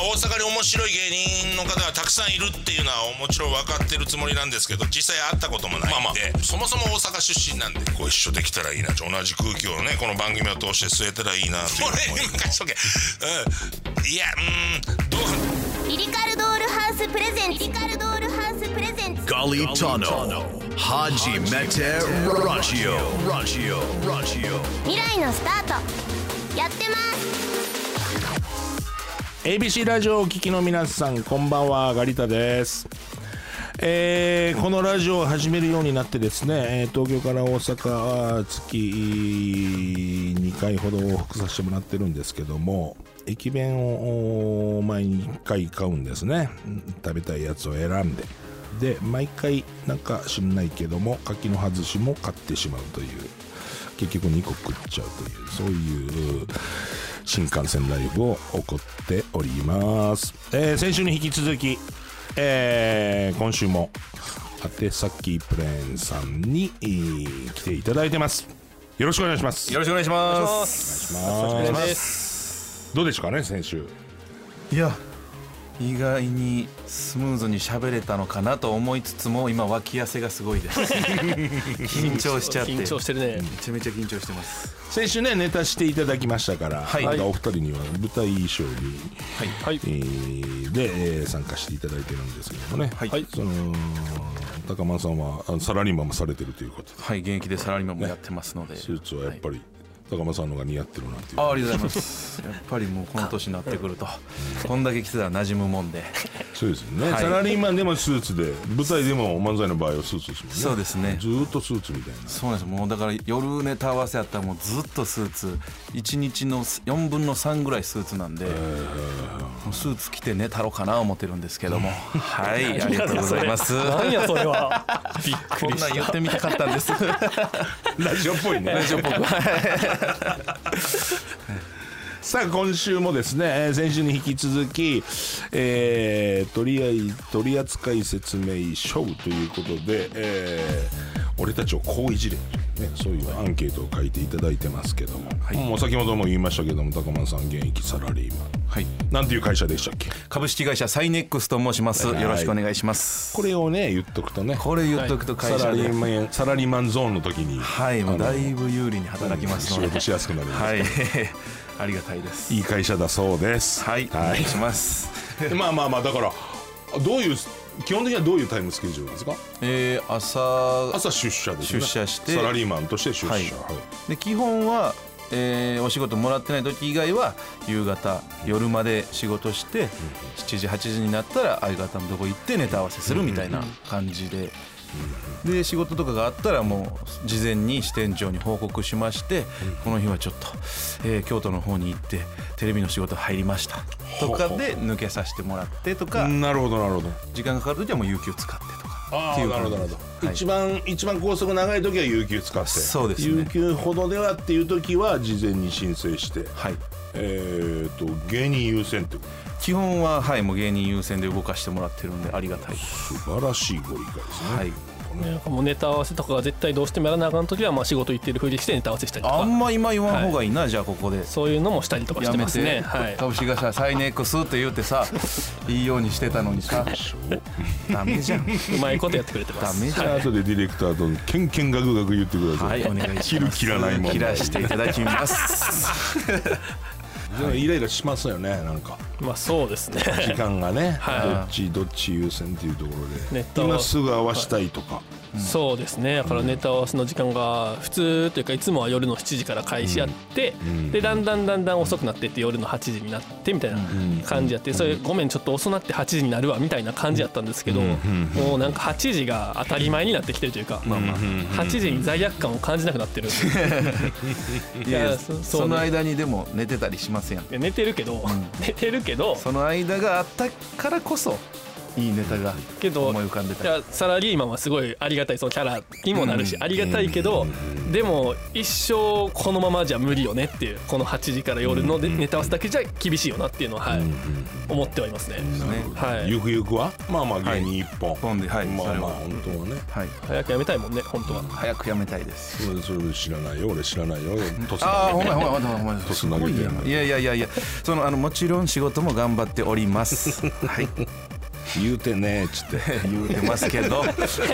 大阪に面白い芸人の方がたくさんいるっていうのはもちろん分かってるつもりなんですけど、実際会ったこともないんで、そもそも大阪出身なんでご一緒できたらいいな、同じ空気をねこの番組を通して吸えたらいいなっていう。俺に任しとけ。いやどうリリカルドールハウスプレゼンツ、リリカルドールハウスプレゼンツ、 ガリタノハジメテラジオ。 未来のスタートやってます。 ABC ラジオをお聞きの皆さん、こんばんは、ガリタです。このラジオを始めるようになってですね、東京から大阪は月2回ほど往復させてもらってるんですけども、駅弁を毎回買うんですね。食べたいやつを選んで、で毎回なんか知んないけども柿の外しも買ってしまうという、結局2個食っちゃうという、そういう新幹線ライブを起こっております。先週に引き続き、今週も宛先プレーンさんに、来ていただいてます。よろしくお願いします。 よろしくお願いします。 お願いします。どうでしょうかね、先週。 いや、意外にスムーズに喋れたのかなと思いつつも、今脇汗がすごいです緊張しちゃって、 緊張してるね。 めちゃめちゃ緊張してます。 先週ねネタしていただきましたから、 はい、 またお二人には舞台衣装に、 はいで、参加していただいてるんですけどもね、 はい、 その高間さんはサラリーマンもされてるということで、 はい、現役でサラリーマンもやってますので、 スーツはやっぱり、高間さんのが似合ってるなっていう。 ありがとうございますやっぱりもうこの年になってくるとこんだけ着てたら馴染むもんでそうですよね、 はい、 サラリーマンでもスーツで、舞台でも漫才の場合はスーツですもんね。 そうですね、 ずーっとスーツみたいな。 そうなんです。もうだから夜ネタ合わせやったらもうずっとスーツ、1日の4分の3ぐらいスーツなんで、もうスーツ着て寝たろうかな思ってるんですけどもはい、ありがとうございます。 何やそれはびっくりした。 こんなん言ってみたかったんですラジオっぽいね。 ラジオっぽくさあ今週もですね、先週に引き続き、取扱説明書ということで、俺たちをこういじれ、ね、そういうアンケートを書いていただいてますけども、はい、もう先ほども言いましたけども、高間さん現役サラリーマン、はい、なんていう会社でしたっけ？ 株式会社サイネックスと申します。よろしくお願いします。 これをね言っとくとね、 これ言っとくと会社で、 サラリーマンゾーンの時に、 はい、もうだいぶ有利に働きますので、 仕事しやすくなるんです。 はいありがたいです。 いい会社だそうです。 はい、お願いしますまあだからどういう、基本的にはどういうタイムスケジュールですか？朝出社ですね。 出社してサラリーマンとして出社、はい、 で基本は、お仕事もらってない時以外は夕方夜まで仕事して、7時8時になったら相方のとこ行ってネタ合わせするみたいな感じで、で仕事とかがあったらもう事前に支店長に報告しまして、この日はちょっと、京都の方に行ってテレビの仕事入りましたとかで抜けさせてもらってとか、 なるほどなるほど、 時間がかかる時はもう有給使ってとかっていう感じ。なるほど、 はい、一番高速長い時は有給使って、 そうですね、 有給ほどではっていう時は事前に申請して、はい、芸人優先って基本は、はい、もう芸人優先で動かしてもらってるんでありがたい。 素晴らしいご理解ですね。はい、 なんかもうネタ合わせとかが絶対どうしてもやらなあかんときは、まあ仕事行ってるふりしてネタ合わせしたりとか、 あんま今言わん方がいいな、はい、じゃあここでそういうのもしたりとかしてますね。はい、 株式会社サイネックスって言ってさいいようにしてたのにさダメじゃん。 うまいことやってくれてます。 ダメじゃん。 後でディレクターとケンケンガクガク言ってください。 はい、お願いします。 切らないもん切らしていただきますイライラしますよね、なんか。 まあそうですね、 時間がね、 はい、 どっち優先っていうところで今すぐ合わしたいとか、 そうですね。だからネタ合わせの時間が普通というか、いつもは夜の7時から開始やって、でだんだん遅くなっていって夜の8時になってみたいな感じやって、それごめんちょっと遅なって8時になるわみたいな感じやったんですけど、もうなんか8時が当たり前になってきてるというか、8時に罪悪感を感じなくなってる。 いやその間にでも寝てたりしますやん。 寝てるけど、寝てるけど、 その間があったからこそいいネタがけど思い浮かんでたいやサラリーマンはすごいありがたい、そのキャラにもなるしありがたいけど、でも一生このままじゃ無理よねっていう、この8時から夜のネタ合わせだけじゃ厳しいよなっていうのは、思ってはいますね。はい、 ゆくゆくはまあまあ芸人一本、 本で、はい、 まあまあそれは本当はね、 はい、 早くやめたいもんね本当は。 早くやめたいです。 それ知らないよ、俺知らないよ、トスああ、 投げてほんまトス投げてやんいやもちろん仕事も頑張っておりますはい言うてねっつって言うてますけど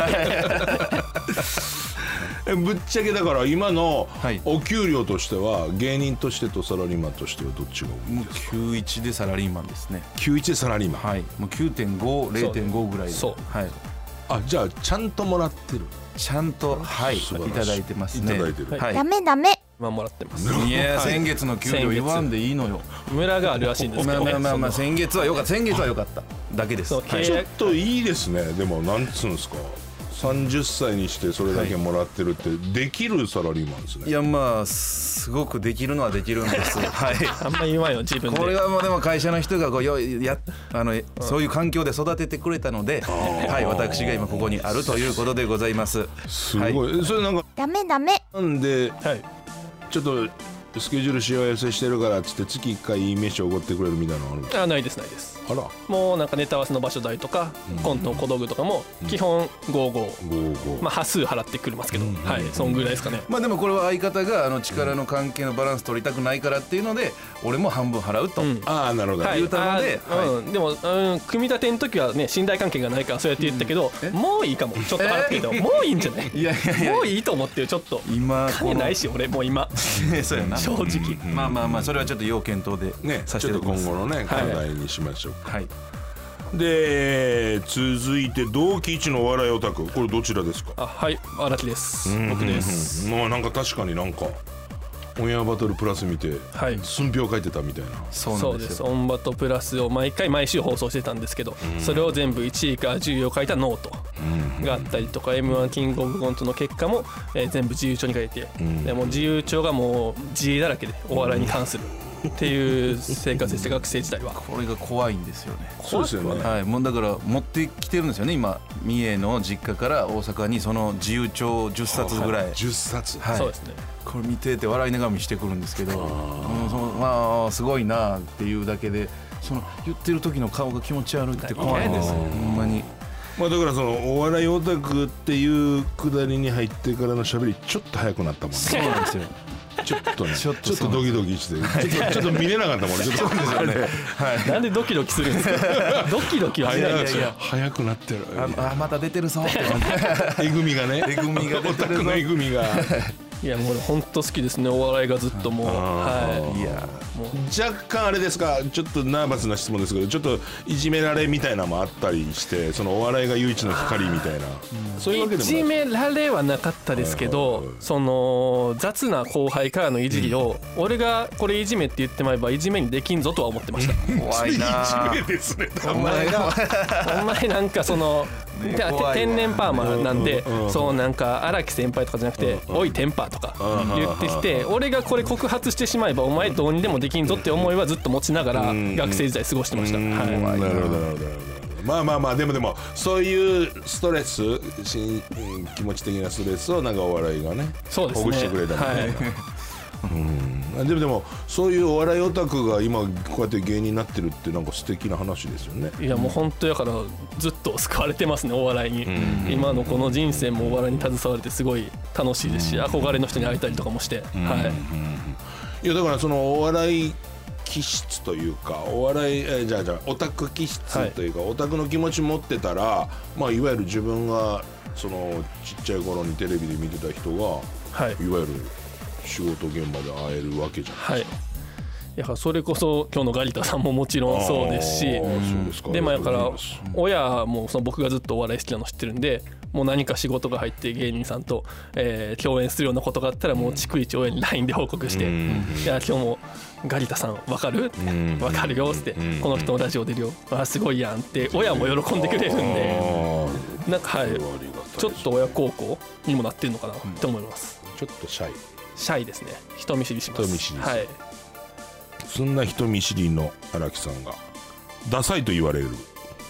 ぶっちゃけだから今のはいお給料としては芸人としてとサラリーマンとしてはどっちが多いもう91でサラリーマンですね。 91でサラリーマン、 はい、もう 9.5、0.5 ぐらいで、 そうはい、 あ、じゃあちゃんともらってる、 ちゃんと、はい、い素晴らしいただいてますね。 いただいてるはいダメダメ。 今もらってます。 いや先月の給料言わんでいいのよ。 村があるらしいんですけどね。 まあその先月は良かっただけです。 そうはいちょっ契約といいですね。でもなんつうんですか、30歳にしてそれだけもらってるってできるサラリーマンですね。 いやまあすごくできるのはできるんですはいあんま言わんよ自分で。 これはもうでも会社の人がこうそういう環境で育ててくれたので、はい、私が今ここにあるということでございます。 すごい、それなんかダメダメ。 なんではい。 ちょっとスケジュールしわ寄せしてるからっつって月1回いい飯をおごってくれるみたいなのあるんですか。 あ、ないですないです。 あら、 もうなんかネタ合わせの場所代とか、コントの小道具とかも基本55、 55、 まあ端数払ってくれますけど、はい、そんぐらいですかね。 まあでもこれは相方が力の関係のバランス取りたくないからっていうので俺も半分払うと、 うんああなるほど、 はい、 言うたのででも、組み立ての時はね信頼関係がないからそうやって言ったけど、もういいかも、ちょっと払ってけど、もういいんじゃない。 いやもういいと思ってる、ちょっと今金ないし俺もう今そうやな正直、 まあそれはちょっと要検討でね、ちょっとさせていただきます。 今後のね課題にしましょう。 はい、 で続いて同期一のお笑いオタク、これどちらですか。 あ、はい荒木です、僕です、 まあなんか確かになんかオンエアバトルプラス見てはい寸評書いてたみたいな。 そうそうです。 なんですよ。 オンバトプラスを毎週放送してたんですけど、それを全部1位から10位を書いたノートがあったりとか、M1 キングオブコントの結果も、全部自由帳に書いて、でも自由帳がもう自衛だらけでお笑いに関するっていう生活でした、学生時代は。 これが怖いんですよね。 そうですよね。 はい、もうだから持ってきてるんですよね今三重の実家から大阪にその自由帳10冊ぐらい、 10冊。 はい、 そうですね。 これ見てて笑いながみしてくるんですけど、まあすごいなっていうだけでその言ってる時の顔が気持ち悪いって怖いんですよ、ほんまに。 まあだからそのお笑いオタクっていうくだりに入ってからの喋りちょっと早くなったもんね。 そうなんですよ。 ちょっとね、ちょっちょっととドキドキしてちょっと見れなかったもんね。ちょっとはい。 なんでドキドキするんですか。ドキドキはしないですよ。 早くなってる。 また出てるぞって感じ。 えぐみがね。 えぐみが出てるぞオタクのえぐみが。 いやもう本当好きですね、お笑いがずっともう、はいや若干あれですか、ちょっとナーバスな質問ですけど、ちょっといじめられみたいなのもあったりして、そのお笑いが唯一の光みたいな、そういうわけいでもない。 じめられはなかったですけど、その雑な後輩からのいじりを、俺がこれいじめって言ってまえばいじめにできんぞとは思ってました。 怖いな。 いじめですね。 お前なんかその天然パーマなんで、そうなんか荒木先輩とかじゃなくて「おいテンパー」とか言ってきて、俺がこれ告発してしまえばお前どうにでもできんぞって思いはずっと持ちながら学生時代過ごしてました。 なるほどなるほどなるほど。まあでもそういうストレス、気持ち的なストレスをなんかお笑いがねそうですねほぐしてくれたみたいな。 はいでもそういうお笑いオタクが今こうやって芸人になってるってなんか素敵な話ですよね。 いやもう本当やからずっと救われてますね、お笑いに。今のこの人生もお笑いに携われてすごい楽しいですし、憧れの人に会えたりとかもして、 いやだからそのお笑い気質というかお笑いじゃあオタク気質というか、オタクの気持ち持ってたら、まあいわゆる自分がそのちっちゃい頃にテレビで見てた人が、 はい、 いわゆる仕事現場で会えるわけじゃないですか。 はい、いやそれこそ今日のガリタさんももちろんそうですし、でもやから親もその僕がずっとお笑い好きなの知ってるんで、もう何か仕事が入って芸人さんと、共演するようなことがあったらもう逐一親に LINE で報告して「いや今日もガリタさん分かる?」分かるよ」って「この人のラジオ出るよ、あすごいやん」って親も喜んでくれるんで、なんかはいちょっと親孝行にもなってるのかなって思います。 ちょっとシャイ。 シャイですね。人見知りします。 人見知りですはい。 そんな人見知りの荒木さんがダサいと言われる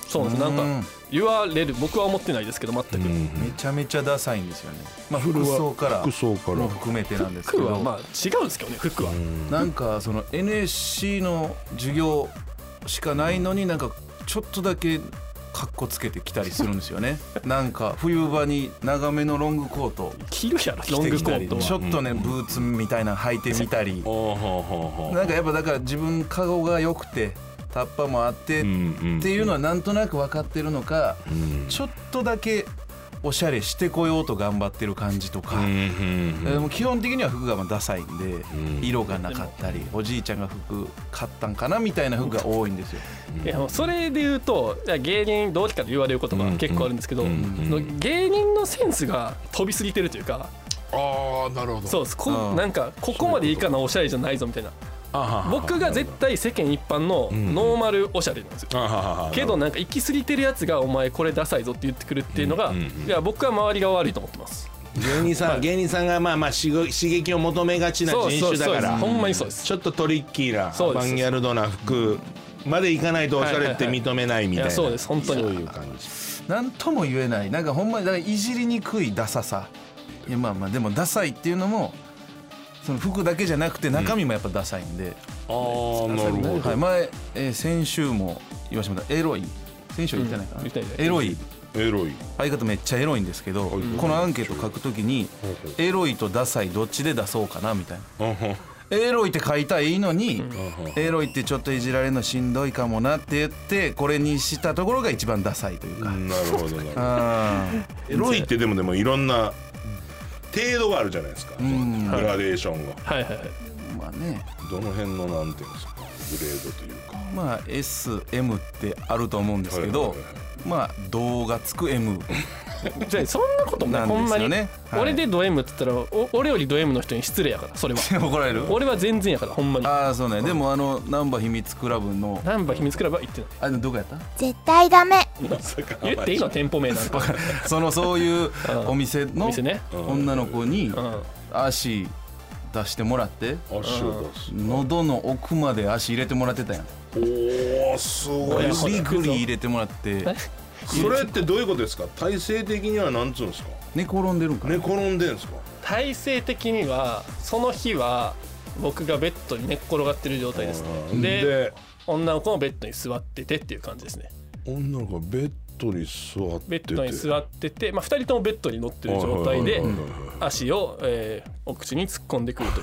そうなんです。なんか言われる、僕は思ってないですけど全く、 めちゃめちゃダサいんですよね。まあ服装からも含めてなんですけど、 服はまあ違うんですけどね。服はなんかその NSC の授業しかないのになんかちょっとだけカッコつけてきたりするんですよね。なんか冬場に長めのロングコート着るやろロングコートは。 ちょっとねブーツみたいなの履いてみたり、なんかやっぱだから自分顔が良くてタッパもあってっていうのはなんとなく分かってるのか、ちょっとだけおしゃれしてこようと頑張ってる感じとか、でも基本的には服がまあダサいんで、色がなかったりおじいちゃんが服買ったんかなみたいな服が多いんですよ。 いやもうそれで言うと芸人同期から言われることが結構あるんですけど、芸人のセンスが飛びすぎてるというか、 ああなるほど。 そうです。なんかここまでいいかなおしゃれじゃないぞみたいな。僕が絶対世間一般のノーマルおしゃれなんですよ。けどなんか行き過ぎてるやつがお前これダサいぞって言ってくるっていうのが、いや僕は周りが悪いと思ってます。 芸人さんがまあ刺激を求めがちな人種だから、 ほんまにそうです。 ちょっとトリッキーなアバンギャルドな服までいかないとおしゃれって認めないみたいな、 そうです本当にそういう感じ。 なんとも言えない、なんかほんまにだからいじりにくいダサさ。いやまあまあでもダサいっていうのもその服だけじゃなくて中身もやっぱダサいんで、 ああなるほど。 はい、前、先週も言わせてもらったエロい、先週言ってないかな、エロい相方めっちゃエロいんですけど、このアンケート書くときにエロいとダサいどっちで出そうかなみたいな。エロいって書いたらいいのに、エロいってちょっといじられるのしんどいかもなって言ってこれにしたところが一番ダサいというか。 なるほどなるほど。エロいってでもいろんな程度があるじゃないですか、グラデーションが。 はいはいはい。 まあね、 どの辺のなんていうんですか、グレードというか。 まあ SM ってあると思うんですけど、まあ動がつく M じゃあそんなこともないほんまに、俺でド M って言ったら俺よりド M の人に失礼やからそれは。 怒られる？ 俺は全然やからほんまに。 ああそうね。でも難波秘密クラブの難波秘密クラブは行ってない。 どこやった？ 絶対ダメ。 言っていいの店舗名なんか。 そういうお店のね、 女の子に足出してもらって喉の奥まで足入れてもらってたやん。 おおすごい。 グリグリ入れてもらって。 それってどういうことですか？体勢的にはなんつうんですか？ 寝転んでるんかな？ 寝転んでるんですか？ 体勢的にはその日は僕がベッドに寝っ転がってる状態ですね。で女の子もベッドに座っててっていう感じですね。 女の子がベッドに座ってて、 ベッドに座ってて、まあ、2人ともベッドに乗ってる状態で足を、お口に突っ込んでくるという、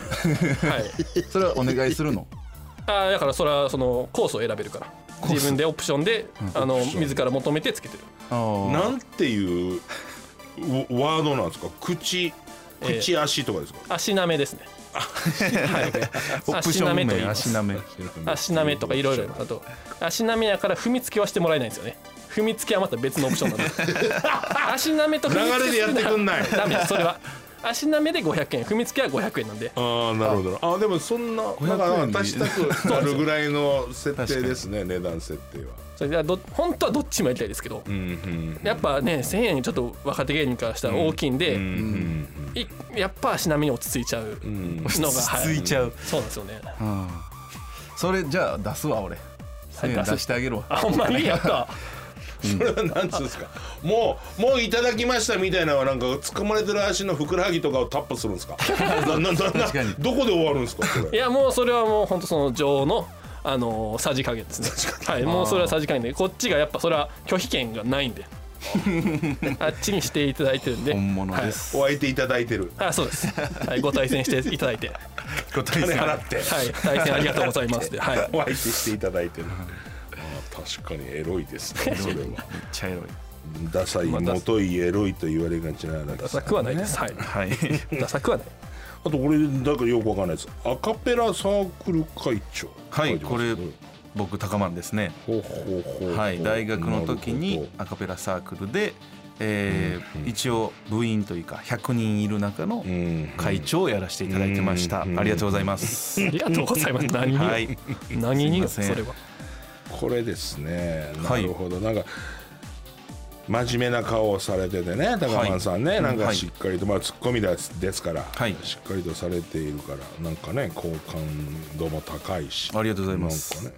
はい、 それはお願いするの？ だからそれはそのコースを選べるから自分でオプションで自ら求めてつけてる。 なんていうワードなんですか？口足とかですか？ 足なめですね。はい、足なめと言います。足なめとかいろいろあと足なめやから踏みつけはしてもらえないんですよね。踏みつけはまた別のオプションなんで足なめと踏みつけ流れでやってくんない。 ダメそれは足なめで500円踏みつけは500円なんで。 ああなるほど。でもそんななんか足したくなるぐらいの設定ですね。値段設定は。 それで本当はどっちもやりたいですけど、やっぱね1000円ちょっと若手芸人からしたら大きいんで、やっぱ足並みに落ち着いちゃうのが落ち着いちゃう。 そうなんですよね。 それじゃあ出すわ俺。1000円出してあげるわ。 ほんまにやった。 それはなんつうんですか？もういただきましたみたいなのはなんか突っ込まれてる足のふくらはぎとかをタップするんですか？どこで終わるんですか？ いやもうそれはもう本当その女王のさじ加減ですね。はい、もうそれはさじ加減でこっちがやっぱそれは拒否権がないんであっちにしていただいてるんで本物です、 お相手いただいてる。 そうです、はい、ご対戦していただいてご対戦払って、 はい、対戦ありがとうございますで、はい、 お相手していただいてる。確かにエロいですね。それはめっちゃエロい。 ダサい、もといエロいと言われがちな。 ダサくはないです。はい、はい、ダサくはない。 あとこれだからよくわかんないです。アカペラサークル会長。 はい、これ僕高マンですね。はい、大学の時にアカペラサークルで、一応部員というか100人いる中の会長をやらせていただいてました。ありがとうございます。 ありがとうございます。何に、はい、何にそれは。 これですね。なるほど。なんか真面目な顔をされててね、高間さんね、なんかしっかりと、まあツッコミですから、しっかりとされているから、なんかね好感度も高いし。 ありがとうございます。 なんかね、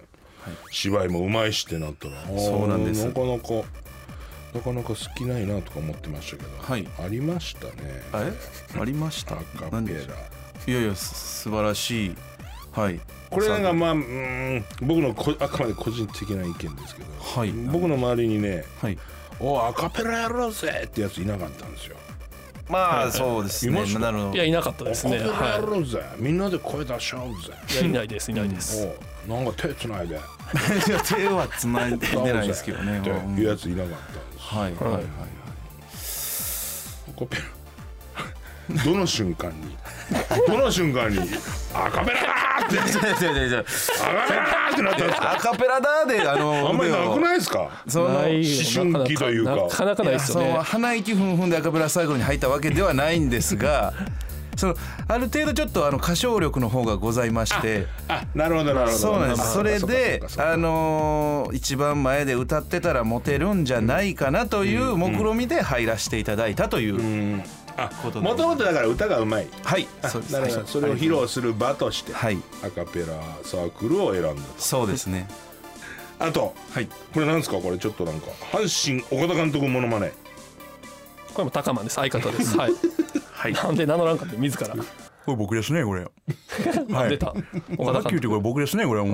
芝居もうまいしってなったら、 そうなんです。 なかなか好きないなとか思ってましたけど、 はい、 ありましたね。 ありました。 アカペラ。 いやいや素晴らしい。はい。 これなんかまあ僕のあくまで個人的な意見ですけど、はい、僕の周りにね、はい、アカペラやろうぜってやついなかったんですよ。 まあそうですね。 いやいなかったですね。 アカペラやろうぜ、みんなで声出し合うぜ。 いやいないです。なんか手つないで。 手はつないでないですけどね。 っていうやついなかったんです。 はい。 アカペラ。どの瞬間にアカペラだーってアカペラだーってなったんですか。 アカペラだーであんまりなくないですか。その思春期というかなかなかないですよね。 鼻息ふんふんでアカペラ最後に入ったわけではないんですがある程度ちょっと歌唱力の方がございまして。 なるほどそうなんです。それで一番前で歌ってたらモテるんじゃないかなという目論みで入らせていただいたという。 もともとだから歌がうまい。 はい。 なるほど。それを披露する場としてアカペラサークルを選んだと。 そうですね。 あと、これなんですか。これちょっとなんか阪神岡田監督モノマネ。 これも高間です。相方です。はい。なんで名乗らんかって自ら。 これ僕ですねこれ。 出た。 岡田監督これ僕ですねこれ。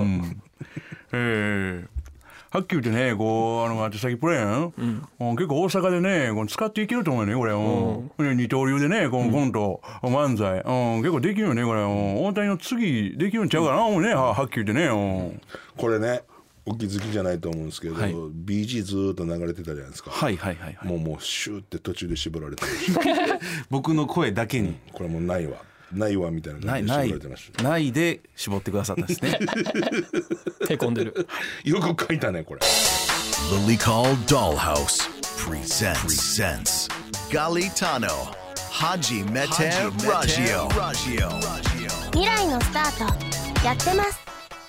はっきり言ってね、宛先プレーン、結構大阪でね、使っていけると思うよね、これ。二刀流でね、コント、漫才、結構できるよね、これ。大谷の次できるんちゃうかな、はっきり言ってね。 これね、お気づきじゃないと思うんですけど、BG ずーっと流れてたじゃないですか。もうシューって途中で絞られてました。 僕の声だけに。 これもうないわみたいな感じで絞られてました。 ないで絞ってくださったんですね。 へこんでる。 よく書いたねこれ。 Lilikal Dollhouse presents Galitano Hajimete Raggio. 未来のスタートやってます。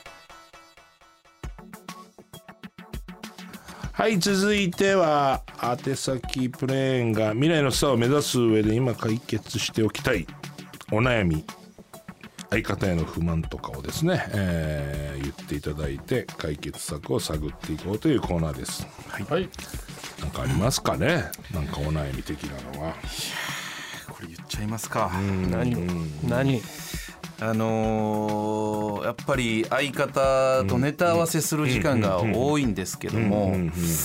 はい、続いては宛先プレーンが未来のスターを目指す上で今解決しておきたいお悩み、相方への不満とかをですね、言っていただいて解決策を探っていこうというコーナーです。はい。なんかありますかね。なんかお悩み的なのは。 これ言っちゃいますか。 何？ やっぱり相方とネタ合わせする時間が多いんですけども、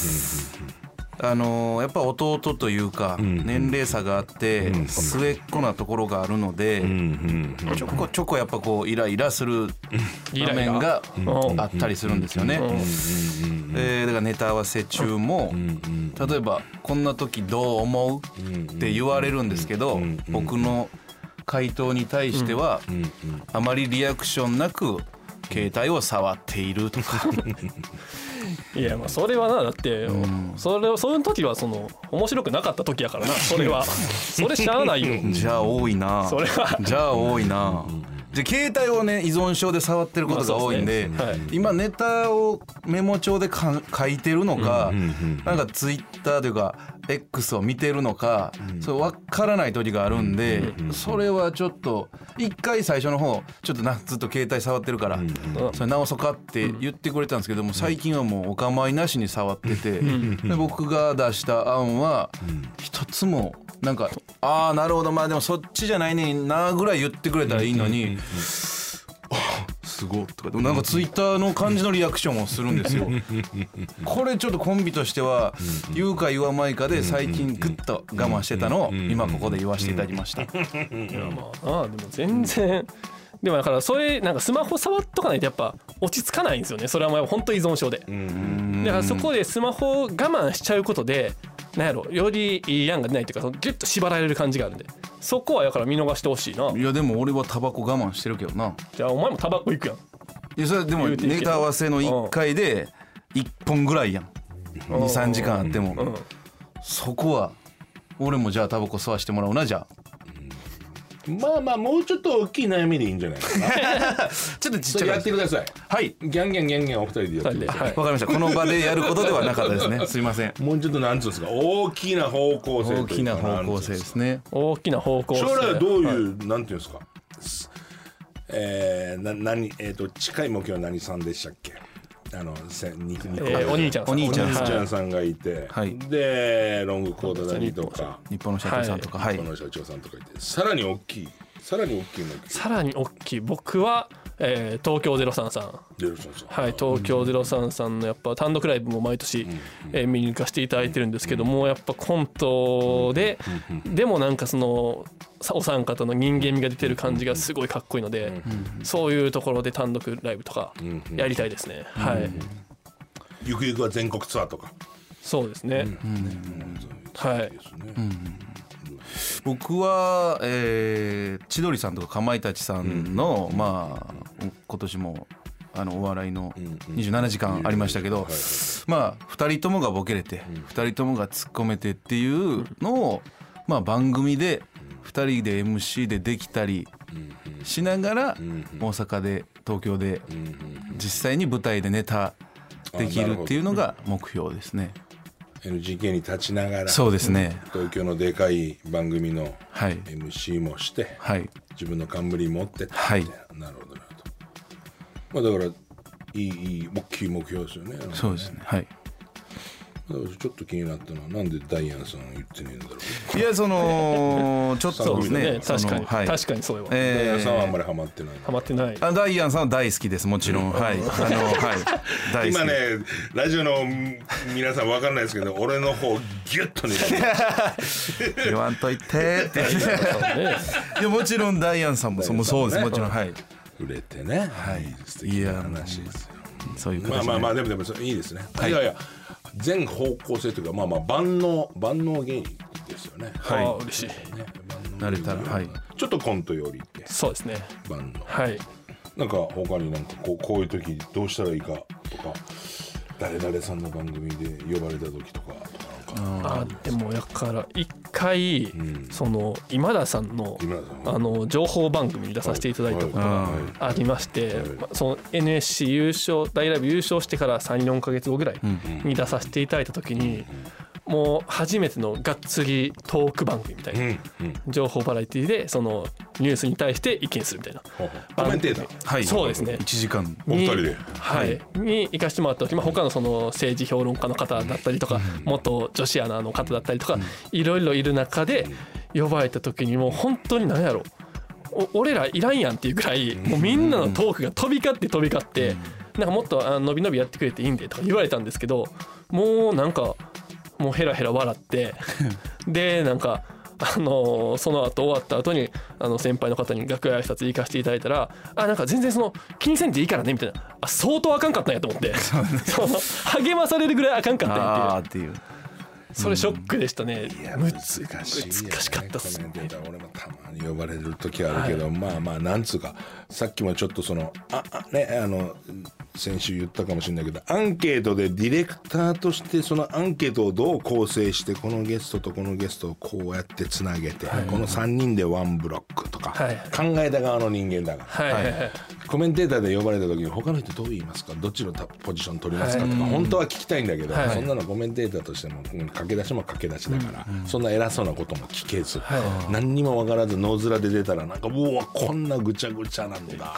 やっぱ弟というか年齢差があって末っ子なところがあるので、ちょこやっぱこうイライラする場面があったりするんですよね。だからネタ合わせ中も例えばこんな時どう思うって言われるんですけど、僕の回答に対してはあまりリアクションなく携帯を触っているとか。 いやまあそれはな、だってそういう時は面白くなかった時やからな。それしゃあないよ。 じゃあ多いな。 それはじゃあ多いな。で携帯をね依存症で触ってることが多いんで、今ネタをメモ帳で書いてるのか、なんかツイッターというか X を見てるのか、それ分からない時があるんで、それはちょっと一回最初の方ちょっとずっと携帯触ってるからそれ直そうかって言ってくれたんですけども、最近はもうお構いなしに触ってて、で僕が出した案は一つもなんかなるほど、まあでもそっちじゃないねんなぐらい言ってくれたらいいのに、すごいとか、でもなんかツイッターの感じのリアクションをするんですよ。これちょっとコンビとしては言うか言わないかで最近グッと我慢してたのを今ここで言わせていただきました。いやまあでも全然でもだからそれなんかスマホ触っとかないとやっぱ落ち着かないんですよね。それはもう本当依存症で。だからそこでスマホを我慢しちゃうことでなんやろ、よりいい案が出ないというかギュッと縛られる感じがあるんで、そこはだから見逃してほしいな。 いやでも俺はタバコ我慢してるけどな。 じゃあお前もタバコ行くやん。 いやそれでもネタ合わせの1回で1本ぐらいやん。2、3時間あっても、そこは俺もじゃあタバコ吸わしてもらうな。じゃあまあもうちょっと大きい悩みでいいんじゃないかな。 ちょっとちっちゃいやってください。 はい、 ギャンギャンお二人でやってください。 わかりました。この場でやることではなかったですね。すいません。 もうちょっとなんつうんですか、大きな方向性。 大きな方向性ですね。 大きな方向性。 将来はどういうなんていうんですか。近い目標は何さんでしたっけ。 お兄ちゃんさんお兄ちゃんお兄ちゃんさんがいて、 はいでロングコートダディとか日本の社長さんとか、はいこの社長さんとかいて、さらに大きいさらに大きい僕は、東京03さん、はい、東京03さんのやっぱ単独ライブも毎年、見に行かせていただいてるんですけども、やっぱコントで、でもなんかそのお三方の人間味が出てる感じがすごいかっこいいので、そういうところで単独ライブとかやりたいですね。はい。 ゆくゆくは全国ツアーとか。 そうですね。はい。 僕は、千鳥さんとかかまいたちさんの、まあ今年もお笑いの27時間ありましたけど、まあ2人ともがボケれて2人ともが突っ込めてっていうのを、まあ番組で2人で MC でできたりしながら、大阪で東京で実際に舞台でネタできるっていうのが目標ですね。 NGK に立ちながら、 そうですね、 東京のでかい番組の MC もして、 はい、 自分の冠持ってって、 はい、 なるほどなるほど。まあだからいい大きい目標ですよね。 そうですね、はい。 ちょっと気になったのはなんでダイアンさん言ってねえんだろう。 いやそのちょっとですね、 確かに、はい、確かにそうよ。 ダイアンさんはあんまりハマってない。 ハマってない。 ダイアンさんは大好きです、もちろん。はい、はい、大好き。 今ねラジオの皆さん分かんないですけど、俺の方ギュッとね言わんといてっていやもちろんダイアンさんもそうです、もちろん。はい、 売れてね、 はい、 素敵な話ですよ。 そういう形で、 まあでもいいですね。いやいや全方向性というか、まあ万能芸人ですよね。 はい、嬉しい。 慣れたら、はい。 ちょっとコントよりって。 そうですね。 万能。 はい。 なんか他になんかこういう時どうしたらいいかとか、誰々さんの番組で呼ばれた時とかでもやから一回、その今田さんの情報番組に出させていただいたことがありまして、その NSC 優勝大ライブ優勝してから 3,4 ヶ月後ぐらいに出させていただいた時に、もう初めてのがっつりトーク番組みたいな、情報バラエティでそのニュースに対して意見するみたいなコメンテーター、 はい、 そうですね、 1時間お二人で、 はい、に行かせてもらった時、他のその政治評論家の方だったりとか、元女子アナの方だったりとか、いろいろいる中で呼ばれた時にもう本当に何やろ、俺らいらんやんっていうぐらい、もうみんなのトークが飛び交ってなんかもっと伸び伸びやってくれていいんでとか言われたんですけど、もうなんかもうヘラヘラ笑ってでなんかその後終わった後に先輩の方に楽屋挨拶行かせていただいたら、なんか全然その気にせんでいいからねみたいな、相当あかんかったんやと思って、励まされるぐらいあかんかったんやっていう。それショックでしたね。難しかったっすね。 俺もたまに呼ばれる時あるけど、まあなんつうか、さっきもちょっとその先週言ったかもしれないけど、アンケートでディレクターとしてそのアンケートをどう構成して、このゲストとこのゲストをこうやってつなげて、この3人でワンブロックとか、考えた側の人間だから、コメンテーターで呼ばれた時に他の人どう言いますか、どっちのポジション取りますかとか、本当は聞きたいんだけど、そんなのコメンテーターとしても駆け出しも駆け出しだから、そんな偉そうなことも聞けず、何にも分からずノー面で出たら、なんかうわこんなぐちゃぐちゃなんだ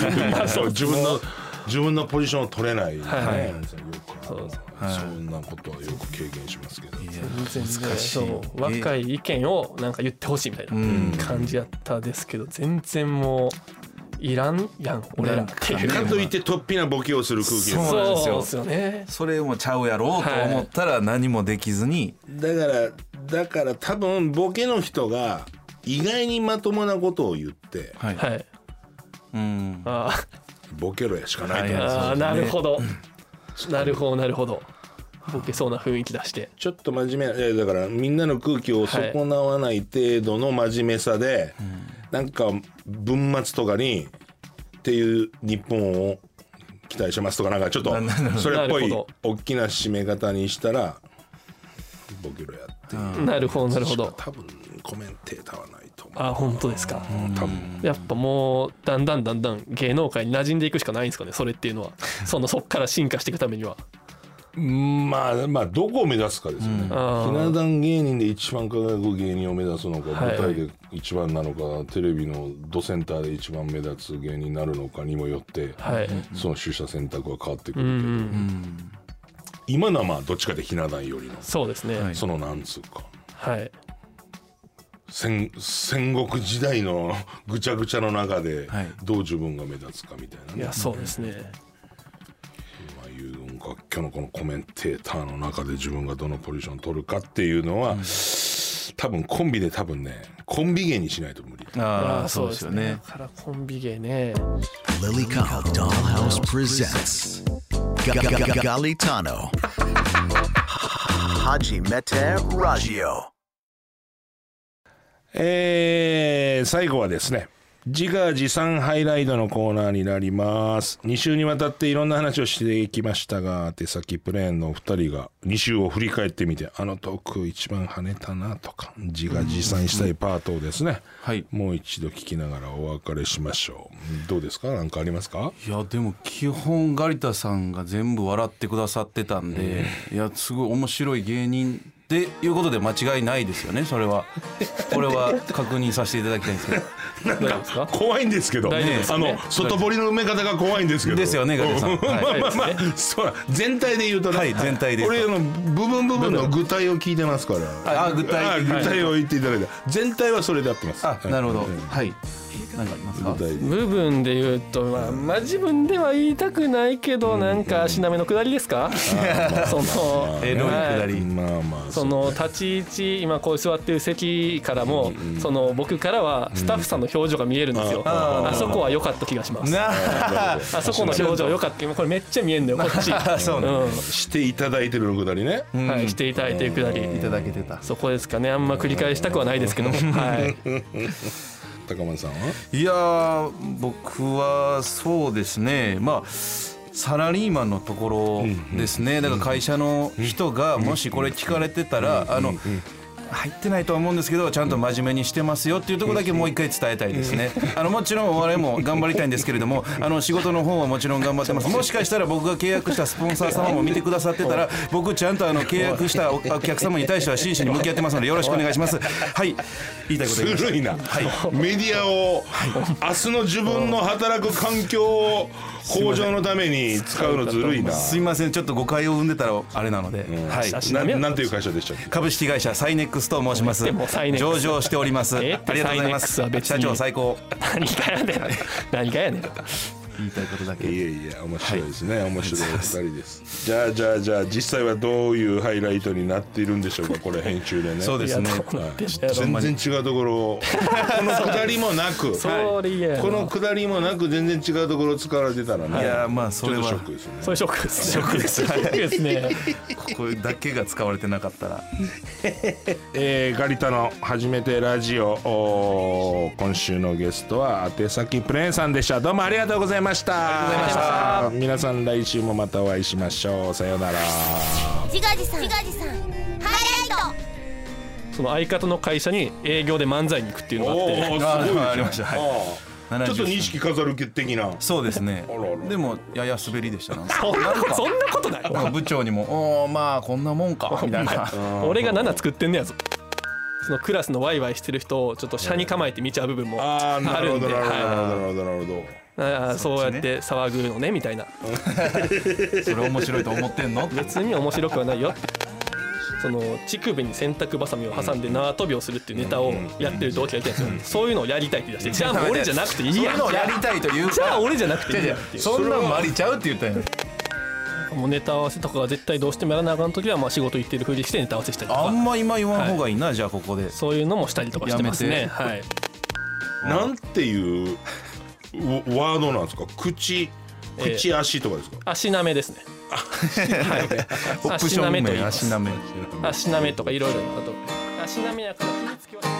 自分のポジションを取れない、そんなことはよく経験しますけど、 全然難しい。若い意見をなんか言ってほしいみたいな感じやったですけど、全然もういらんやん俺らっていう。 かといって突飛なボケをする空気です。 そうなんですよ。 そうですよね。 それもちゃうやろうと思ったら何もできずに、 だから多分ボケの人が意外にまともなことを言って、ボケろやしかないと思うんですよ。 なるほどなるほど。ボケそうな雰囲気出してちょっと真面目な、だからみんなの空気を損なわない程度の真面目さで、なんか文末とかにっていう日本を期待しますとか、なんかちょっとそれっぽい大きな締め方にしたらボケろやっていう。 なるほど多分コメンテーターはないと思う。 本当ですか。 多分やっぱもうだんだん芸能界に馴染んでいくしかないんですかね、それっていうのは。そっから進化していくためには。 まあどこを目指すかですよね。ひな壇芸人で一番輝く芸人を目指すのか、舞台で一番なのか、テレビのドセンターで一番目立つ芸人になるのかにもよって、その取捨選択は変わってくるけど、今のはまあどっちかでひな壇よりの、 そうですね、 そのなんつうか、戦国時代のぐちゃぐちゃの中でどう自分が目立つかみたいなね。 いやそうですね。 今日のこのコメンテーターの中で自分がどのポジション取るかっていうのは、多分コンビでコンビ芸にしないと無理。 ああそうですよね。 だからコンビ芸ね。 Lily Cow Dollhouse presents Galitano Haji Mete Radio。 最後はですね、自画自賛ハイライトのコーナーになります。2週にわたっていろんな話をしていきましたが、手先プレーンのお二人が2週を振り返ってみて、あのトーク一番跳ねたなとか、自画自賛したいパートをですね、もう一度聞きながらお別れしましょう。どうですか？何かありますか？ いやでも基本ガリタさんが全部笑ってくださってたんで、いやすごい面白い芸人っていうことで間違いないですよね。それはこれは確認させていただきたいんですけどなんか怖いんですけど、外堀の埋め方が怖いんですけどですよね、ガリタさん。 そう全体で言うとね、 全体でこれ部分の具体を聞いてますから、具体を言っていただいて、全体はそれで合ってます。 なるほど。はい何かありますか？ 部分で言うと、自分では言いたくないけど、なんか足並みの下りですか？そのエロい下り、 その立ち位置、今こう座ってる席からも、その僕からはスタッフさんの表情が見えるんですよ。あそこは良かった気がします。あそこの表情良かった。これめっちゃ見えんだよこっち。 していただいてるの下りね。 はい、していただいてる下りいただけてた。 そこですかね。あんま繰り返したくはないですけども。はい。 高松さんは？ いや僕はそうですね、サラリーマンのところですね。だから会社の人がもしこれ聞かれてたら、入ってないとは思うんですけど、ちゃんと真面目にしてますよっていうところだけもう一回伝えたいですね。もちろんお笑いも頑張りたいんですけれども、仕事の方はもちろん頑張ってます。もしかしたら僕が契約したスポンサー様も見てくださってたら、僕ちゃんと契約したお客様に対しては真摯に向き合ってますので、よろしくお願いします。はい、言いたいこと言いました。 ずるいな、メディアを明日の自分の働く環境を向上のために使うのずるいな。 すいません、ちょっと誤解を生んでたらあれなので、 なんていう会社でしたっけ？ 株式会社サイネックスと申します。上場しております。ありがとうございます。社長最高。 何がやねん。何がやねん。 言いたいことだけ。 いや面白いですね。面白い2人です。じゃあ実際はどういうハイライトになっているんでしょうか、これ編集でね。 そうですね。 全然違うところ、このくだりもなく、このくだりもなく全然違うところ使われてたらね。 いやそれはショックですね。 それショックです。ショックです。ショックですね。 これだけが使われてなかったら。 ガリタの初めてラジオ、今週のゲストは宛先プレーンさんでした。どうもありがとうございました。皆さん来週もまたお会いしましょう。さようなら。 自画自賛ハイライト。 その相方の会社に営業で漫才に行くっていうのがあって、 ありました。 ちょっと錦飾る的な。 そうですね。でもやや滑りでしたな。 そんなことない。 部長にもこんなもんかみたいな。 俺が7作ってんねやぞ。そのクラスのワイワイしてる人をちょっと車に構えて見ちゃう部分もあるんで、そうやって騒ぐのねみたいな。 それ面白いと思ってんの？ 別に面白くはないよ。その乳首に洗濯バサミを挟んで縄跳びをするっていうネタをやってる同期がいたんですよ。そういうのをやりたいって言い出して、じゃあ俺じゃなくていいやん。 そういうのをやりたいというか、 じゃあ俺じゃなくていいやんっていう。 そんなんもありちゃうって言ったんや。 もうネタ合わせとかが絶対どうしてもやらなあかん時は仕事行ってるふりしてネタ合わせしたりとか。 あんま今言わん方がいいな、じゃあここで。 そういうのもしたりとかしてますね。はい。 なんていうワードなんですか？口足とかですか？ 足なめですね。 オプション名足なめとかいろいろ。あと足なめやから気をつけは